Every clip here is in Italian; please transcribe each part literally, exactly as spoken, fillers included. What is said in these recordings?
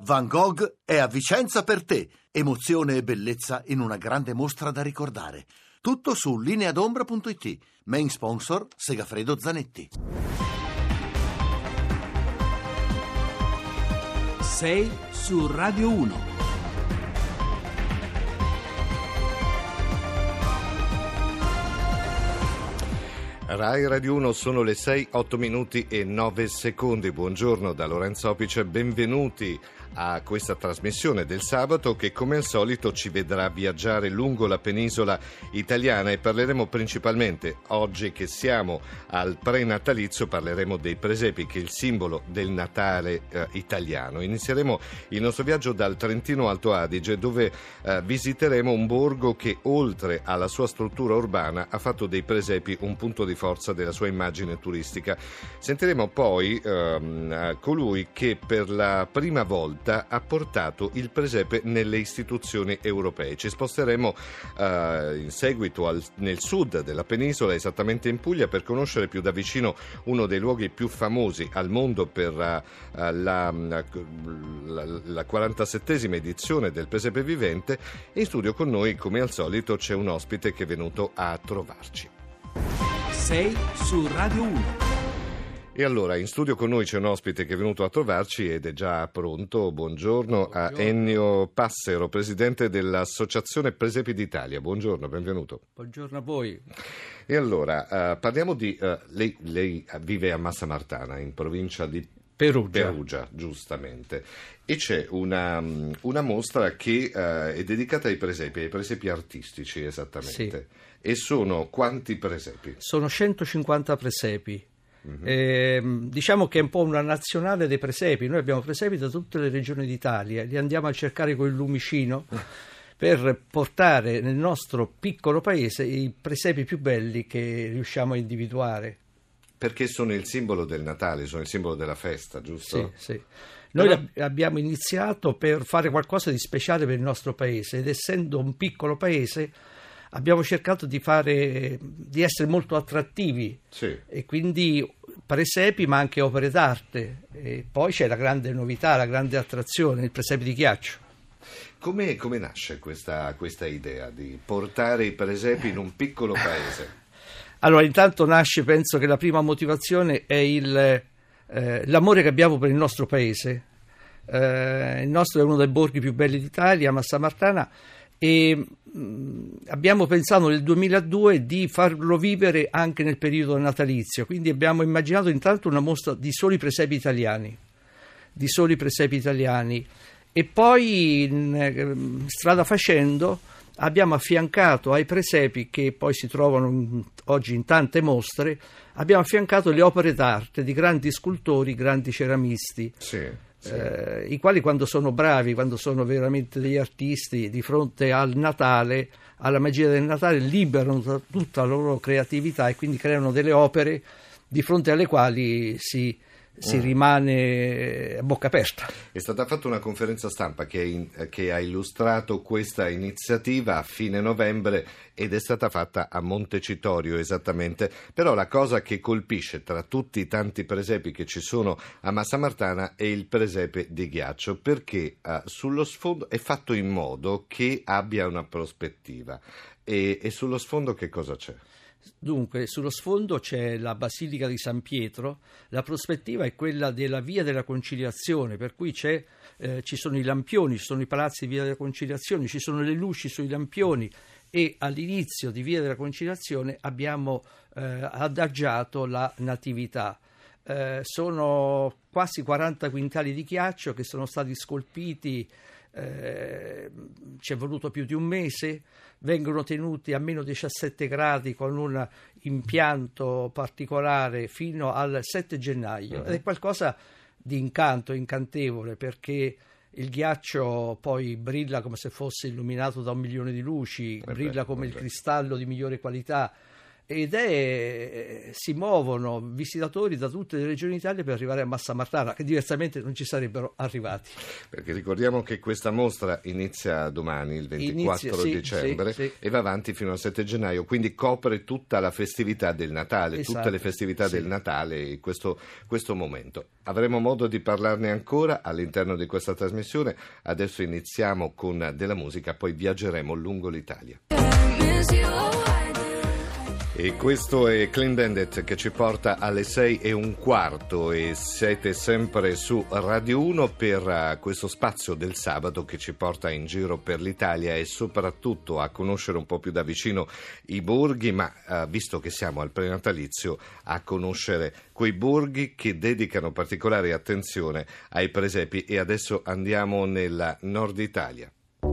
Van Gogh è a Vicenza per te. Emozione e bellezza in una grande mostra da ricordare. Tutto su lineadombra punto it. Main sponsor Segafredo Zanetti. sei su Radio uno. Rai Radio uno, sono le sei, otto minuti e nove secondi. Buongiorno da Lorenzo Opice, benvenuti a questa trasmissione del sabato che come al solito ci vedrà viaggiare lungo la penisola italiana e parleremo principalmente, oggi che siamo al prenatalizio, parleremo dei presepi, che è il simbolo del Natale eh, italiano. Inizieremo il nostro viaggio dal Trentino Alto Adige, dove eh, visiteremo un borgo che oltre alla sua struttura urbana ha fatto dei presepi un punto di forza della sua immagine turistica. Sentiremo poi ehm, colui che per la prima volta ha portato il presepe nelle istituzioni europee. Ci sposteremo eh, in seguito al, nel sud della penisola, esattamente in Puglia, per conoscere più da vicino uno dei luoghi più famosi al mondo per uh, la, la, la quarantasettesima edizione del presepe vivente. E in studio con noi, come al solito, c'è un ospite che è venuto a trovarci. sei su Radio uno. E allora, in studio con noi c'è un ospite che è venuto a trovarci ed è già pronto. Buongiorno, Buongiorno. a Ennio Passero, presidente dell'Associazione Presepi d'Italia. Buongiorno, benvenuto. Buongiorno a voi. E allora, uh, parliamo di... Uh, lei, lei vive a Massamartana, in provincia di Perugia. Perugia, giustamente. E c'è una, una mostra che uh, è dedicata ai presepi, ai presepi artistici, esattamente. Sì. E sono quanti presepi? Sono centocinquanta presepi. Mm-hmm. Eh, diciamo che è un po' una nazionale dei presepi. Noi abbiamo presepi da tutte le regioni d'Italia, li andiamo a cercare con il lumicino per portare nel nostro piccolo paese i presepi più belli che riusciamo a individuare. Perché sono il simbolo del Natale, sono il simbolo della festa, giusto? Sì, sì. Noi Però... abbiamo iniziato per fare qualcosa di speciale per il nostro paese, ed essendo un piccolo paese abbiamo cercato di fare, di essere molto attrattivi, sì. E quindi presepi ma anche opere d'arte. E poi c'è la grande novità, la grande attrazione, il presepe di ghiaccio. Come, come nasce questa, questa idea di portare i presepi in un piccolo paese? Allora, intanto nasce, penso che la prima motivazione è il, eh, l'amore che abbiamo per il nostro paese. Eh, il nostro è uno dei borghi più belli d'Italia, Massamartana, e mh, abbiamo pensato nel duemiladue di farlo vivere anche nel periodo natalizio, quindi abbiamo immaginato intanto una mostra di soli presepi italiani, di soli presepi italiani, e poi in, strada facendo abbiamo affiancato ai presepi, che poi si trovano in, oggi in tante mostre, abbiamo affiancato le opere d'arte di grandi scultori, grandi ceramisti. Sì. Sì. Eh, i quali, quando sono bravi, quando sono veramente degli artisti, di fronte al Natale, alla magia del Natale, liberano tutta la loro creatività e quindi creano delle opere di fronte alle quali si, si mm. rimane a bocca aperta. È stata fatta una conferenza stampa che, in, che ha illustrato questa iniziativa a fine novembre ed è stata fatta a Montecitorio, esattamente. Però la cosa che colpisce tra tutti i tanti presepi che ci sono a Massamartana è il presepe di ghiaccio, perché uh, sullo sfondo è fatto in modo che abbia una prospettiva. E, e sullo sfondo che cosa c'è? Dunque, sullo sfondo c'è la Basilica di San Pietro, la prospettiva è quella della Via della Conciliazione, per cui c'è, eh, ci sono i lampioni, ci sono i palazzi di Via della Conciliazione, ci sono le luci sui lampioni, e all'inizio di Via della Conciliazione abbiamo eh, adagiato la Natività. Eh, sono quasi quaranta quintali di ghiaccio che sono stati scolpiti. Eh, ci è voluto più di un mese, vengono tenuti a meno diciassette gradi con un impianto particolare fino al sette gennaio, ed è qualcosa di incanto, incantevole, perché il ghiaccio poi brilla come se fosse illuminato da un milione di luci, eh brilla beh, come il cristallo di migliore qualità. ed è, si muovono visitatori da tutte le regioni d'Italia per arrivare a Massa Martana, che diversamente non ci sarebbero arrivati. Perché ricordiamo che questa mostra inizia domani, il ventiquattro Inizia, sì, dicembre, sì, sì. e va avanti fino al sette gennaio, quindi copre tutta la festività del Natale, Esatto, tutte le festività sì. del Natale in questo, questo momento. Avremo modo di parlarne ancora all'interno di questa trasmissione. Adesso iniziamo con della musica, poi viaggeremo lungo l'Italia. E questo è Clean Bandit che ci porta alle sei e un quarto e siete sempre su Radio uno per uh, questo spazio del sabato che ci porta in giro per l'Italia e soprattutto a conoscere un po' più da vicino i borghi, ma uh, visto che siamo al prenatalizio, a conoscere quei borghi che dedicano particolare attenzione ai presepi. E adesso andiamo nel nord Italia.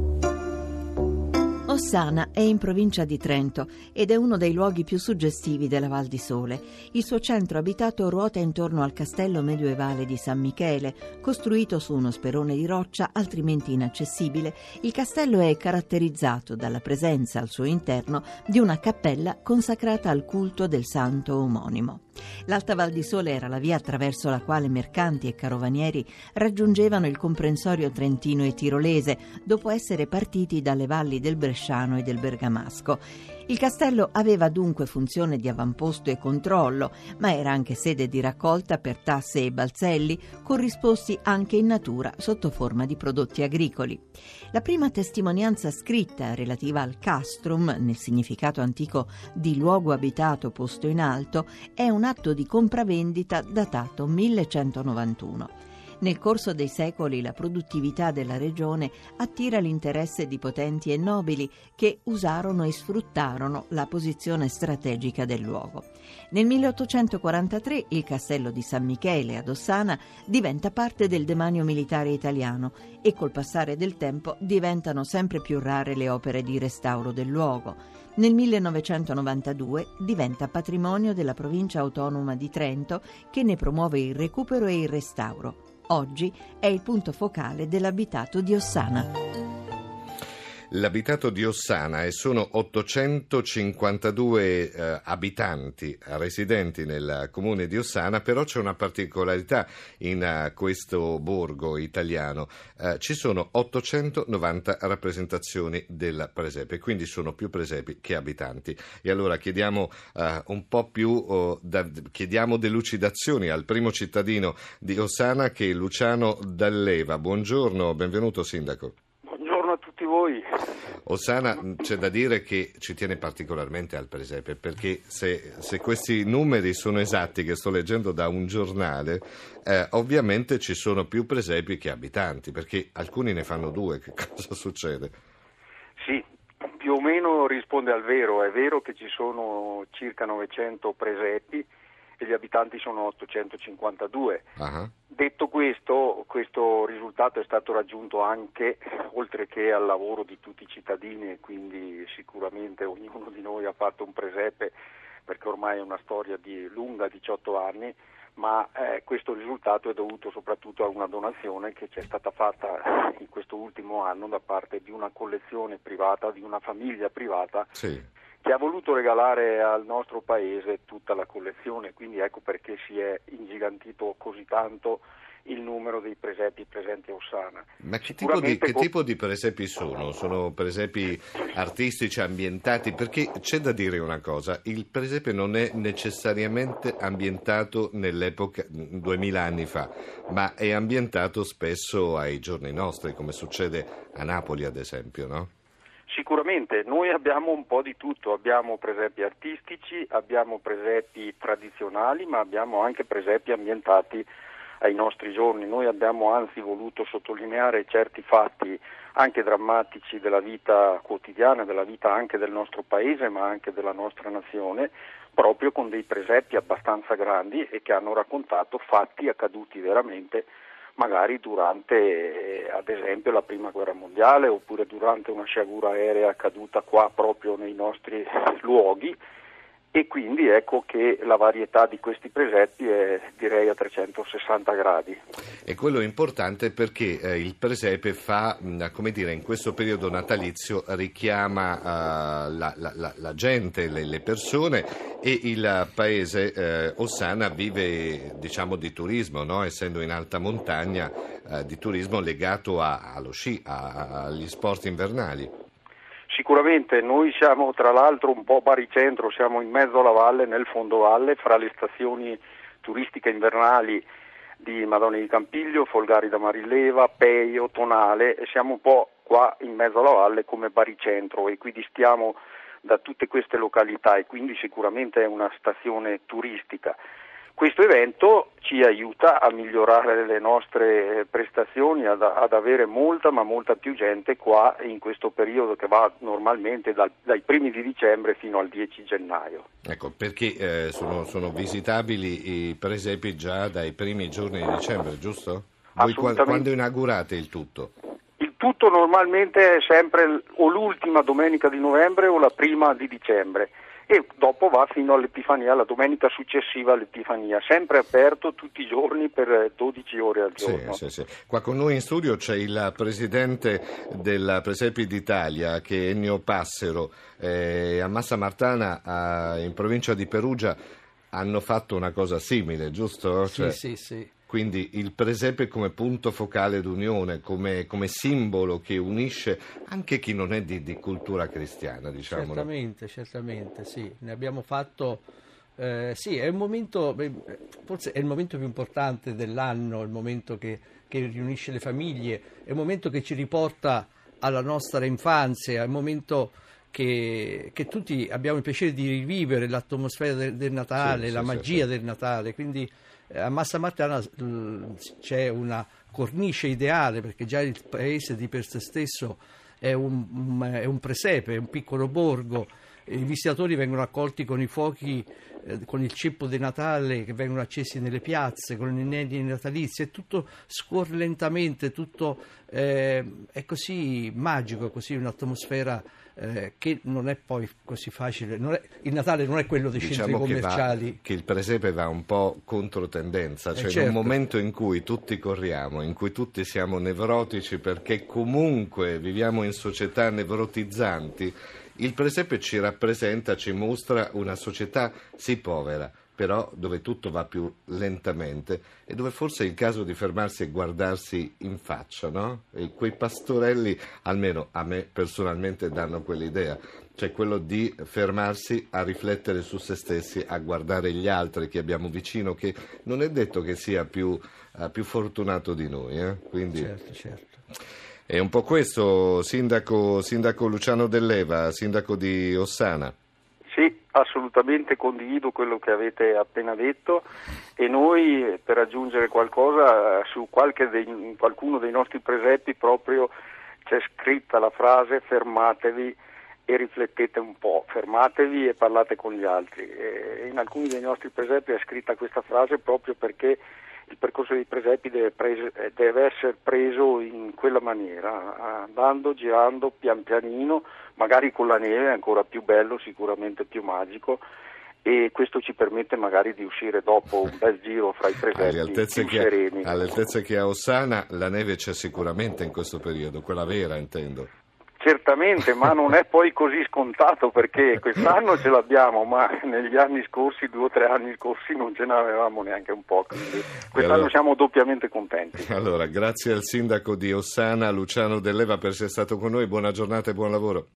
Ossana è in provincia di Trento ed è uno dei luoghi più suggestivi della Val di Sole. Il suo centro abitato ruota intorno al castello medioevale di San Michele, costruito su uno sperone di roccia altrimenti inaccessibile. Il castello è caratterizzato dalla presenza al suo interno di una cappella consacrata al culto del santo omonimo. L'Alta Val di Sole era la via attraverso la quale mercanti e carovanieri raggiungevano il comprensorio trentino e tirolese dopo essere partiti dalle valli del Bresciano e del Bergamasco. Il castello aveva dunque funzione di avamposto e controllo, ma era anche sede di raccolta per tasse e balzelli, corrisposti anche in natura sotto forma di prodotti agricoli. La prima testimonianza scritta relativa al castrum, nel significato antico di luogo abitato posto in alto, è un atto di compravendita datato millecentonovantuno. Nel corso dei secoli la produttività della regione attira l'interesse di potenti e nobili che usarono e sfruttarono la posizione strategica del luogo. Nel milleottocentoquarantatré il castello di San Michele ad Ossana diventa parte del demanio militare italiano e col passare del tempo diventano sempre più rare le opere di restauro del luogo. Nel millenovecentonovantadue diventa patrimonio della provincia autonoma di Trento, che ne promuove il recupero e il restauro. Oggi è il punto focale dell'abitato di Ossana. L'abitato di Ossana e sono ottocentocinquantadue eh, abitanti residenti nel comune di Ossana, però c'è una particolarità in uh, questo borgo italiano. Uh, ci sono ottocentonovanta rappresentazioni del presepe, quindi sono più presepi che abitanti. E allora chiediamo uh, un po' più, uh, da, chiediamo delucidazioni al primo cittadino di Ossana, che è Luciano Dalleva. Buongiorno, benvenuto sindaco. Buongiorno a tutti voi. Ossana, c'è da dire che ci tiene particolarmente al presepe, perché se, se questi numeri sono esatti, che sto leggendo da un giornale, eh, ovviamente ci sono più presepi che abitanti, perché alcuni ne fanno due. Che cosa succede? Sì, più o meno risponde al vero. È vero che ci sono circa novecento presepi e gli abitanti sono ottocentocinquantadue. Uh-huh. Detto questo, questo risultato è stato raggiunto anche, oltre che al lavoro di tutti i cittadini, e quindi sicuramente ognuno di noi ha fatto un presepe, perché ormai è una storia di lunga, diciotto anni, ma eh, questo risultato è dovuto soprattutto a una donazione che ci è stata fatta in questo ultimo anno da parte di una collezione privata, di una famiglia privata, sì, che ha voluto regalare al nostro paese tutta la collezione. Quindi ecco perché si è ingigantito così tanto il numero dei presepi presenti a Ossana. Ma che, tipo di, che tipo di presepi sono? Sono presepi artistici, ambientati? Perché c'è da dire una cosa: il presepe non è necessariamente ambientato nell'epoca, duemila anni fa, ma è ambientato spesso ai giorni nostri, come succede a Napoli ad esempio, no? Sicuramente, noi abbiamo un po' di tutto, abbiamo presepi artistici, abbiamo presepi tradizionali, ma abbiamo anche presepi ambientati ai nostri giorni. Noi abbiamo anzi voluto sottolineare certi fatti anche drammatici della vita quotidiana, della vita anche del nostro paese, ma anche della nostra nazione, proprio con dei presepi abbastanza grandi e che hanno raccontato fatti accaduti veramente, magari durante eh, ad esempio la prima guerra mondiale, oppure durante una sciagura aerea accaduta qua proprio nei nostri luoghi, e quindi ecco che la varietà di questi presepi è direi a trecentosessanta gradi. E quello è importante perché eh, il presepe fa, mh, come dire, in questo periodo natalizio richiama uh, la, la, la, la gente, le, le persone, e il paese eh, Ossana vive, diciamo, di turismo, no? Essendo in alta montagna, eh, di turismo legato a, allo sci, a, a, agli sport invernali. Sicuramente, noi siamo tra l'altro un po' baricentro, siamo in mezzo alla valle, nel fondovalle, fra le stazioni turistiche invernali di Madonna di Campiglio, Folgari da Marileva, Peio, Tonale, e siamo un po' qua in mezzo alla valle come baricentro, e quindi stiamo da tutte queste località, e quindi sicuramente è una stazione turistica. Questo evento ci aiuta a migliorare le nostre prestazioni, ad, ad avere molta ma molta più gente qua in questo periodo che va normalmente dal, dai primi di dicembre fino al dieci gennaio. Ecco, perché eh, sono, sono visitabili i presepi già dai primi giorni di dicembre, giusto? Voi qua, quando inaugurate il tutto? Il tutto normalmente è sempre o l'ultima domenica di novembre o la prima di dicembre, e dopo va fino all'Epifania, la domenica successiva all'Epifania, sempre aperto tutti i giorni per dodici ore al giorno. Sì, sì, sì. Qua con noi in studio c'è il presidente della Presepi d'Italia, che è Ennio Passero. Eh, a Massa Martana, a, in provincia di Perugia, hanno fatto una cosa simile, giusto? Sì, cioè, sì, sì. Quindi il presepe come punto focale d'unione, come, come simbolo che unisce anche chi non è di, di cultura cristiana, diciamo. Certamente, certamente, sì. Ne abbiamo fatto, eh, sì, è un momento, forse è il momento più importante dell'anno, il momento che, che riunisce le famiglie, è un momento che ci riporta alla nostra infanzia, è un momento che, che tutti abbiamo il piacere di rivivere, l'atmosfera del, del Natale, sì, la sì, magia sì, del Natale, quindi a Massa Martana c'è una cornice ideale, perché già il paese di per sé stesso è un, è un presepe, è un piccolo borgo. I visitatori vengono accolti con i fuochi, eh, con il ceppo di Natale che vengono accesi nelle piazze, con i inneggi natalizi, e tutto scorre lentamente, tutto eh, è così magico, è così un'atmosfera eh, che non è poi così facile. Non è, il Natale non è quello dei diciamo centri che commerciali. Va, che il presepe va un po' controtendenza, cioè eh certo. in un momento in cui tutti corriamo, in cui tutti siamo nevrotici perché comunque viviamo in società nevrotizzanti, il presepe ci rappresenta, ci mostra una società sì povera, però dove tutto va più lentamente e dove forse è il caso di fermarsi e guardarsi in faccia, no? E quei pastorelli, almeno a me personalmente, danno quell'idea, cioè quello di fermarsi a riflettere su se stessi, a guardare gli altri che abbiamo vicino, che non è detto che sia più, uh, più fortunato di noi, eh? Quindi... Certo, certo. È un po' questo, sindaco, sindaco Luciano Dell'Eva, sindaco di Ossana. Sì, assolutamente condivido quello che avete appena detto, e noi, per aggiungere qualcosa, su qualche dei, qualcuno dei nostri presepi proprio c'è scritta la frase: fermatevi e riflettete un po', fermatevi e parlate con gli altri. E in alcuni dei nostri presepi è scritta questa frase proprio perché il percorso dei presepi deve, prese, deve essere preso in quella maniera, andando, girando pian pianino, magari con la neve, è ancora più bello, sicuramente più magico, e questo ci permette magari di uscire dopo un bel giro fra i presepi più sereni. Alle altezze che a Ossana la neve c'è sicuramente in questo periodo, quella vera intendo. Certamente, ma non è poi così scontato, perché quest'anno ce l'abbiamo, ma negli anni scorsi, due o tre anni scorsi, non ce n'avevamo neanche un po'. Quindi quest'anno allora, siamo doppiamente contenti. Allora, grazie al sindaco di Ossana, Luciano Dell'Eva, per essere stato con noi. Buona giornata e buon lavoro.